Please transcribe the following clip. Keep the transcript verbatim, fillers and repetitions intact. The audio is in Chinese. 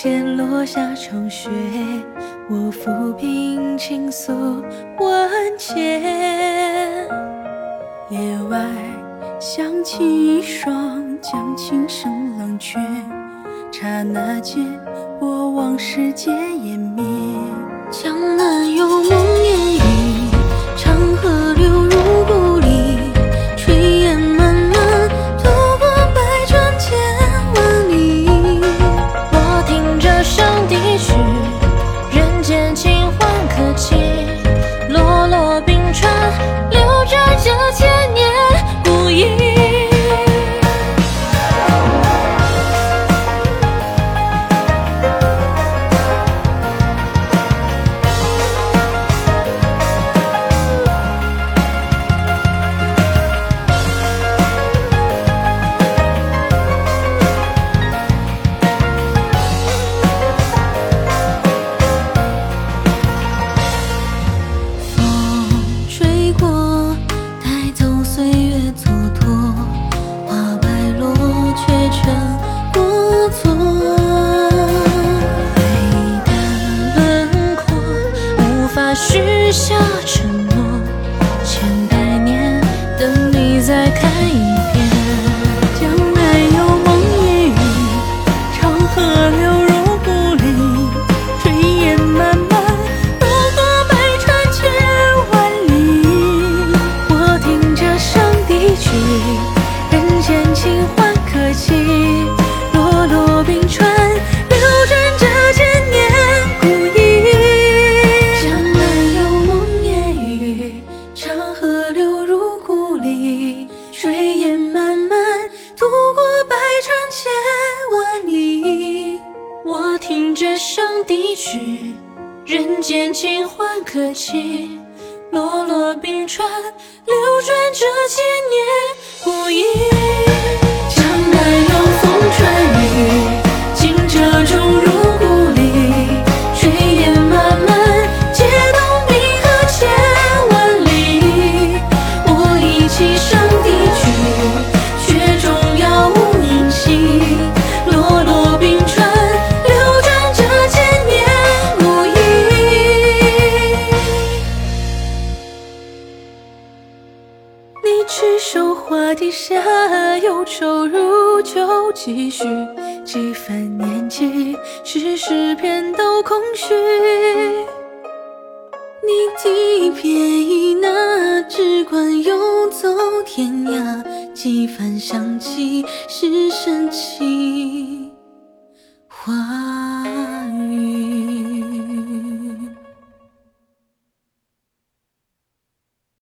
间落下重雪，我抚平倾诉万千。 夜外响起一双将琴声冷却，刹那间我往世界湮灭。 江南有梦烟雨，长河流入故里，炊烟漫漫，渡过百转千万里。我听着上帝曲，人间情欢可期，落落冰川，流转这千年故意。许下承诺，千百年等你再看一遍。 江南有梦烟雨，长河流入故里，炊烟漫漫，渡过百川千万里。 我听着上帝曲，人间情欢可期，落落冰川，流转这千年故意。炊烟漫漫，渡过百川千万里。我听着上帝曲，人间情欢可期，落落冰川，流转这千年故意。江南有风穿雨，惊蛰终入故里，炊烟漫漫，解冻冰河千万里。我忆起上帝曲，雪中杳无音息，落落冰川，流转这千年故意。你执手花底下，忧愁如旧继续，几番年纪，世事遍都空虚。你的别意那只管游走天涯，几番想起是深情。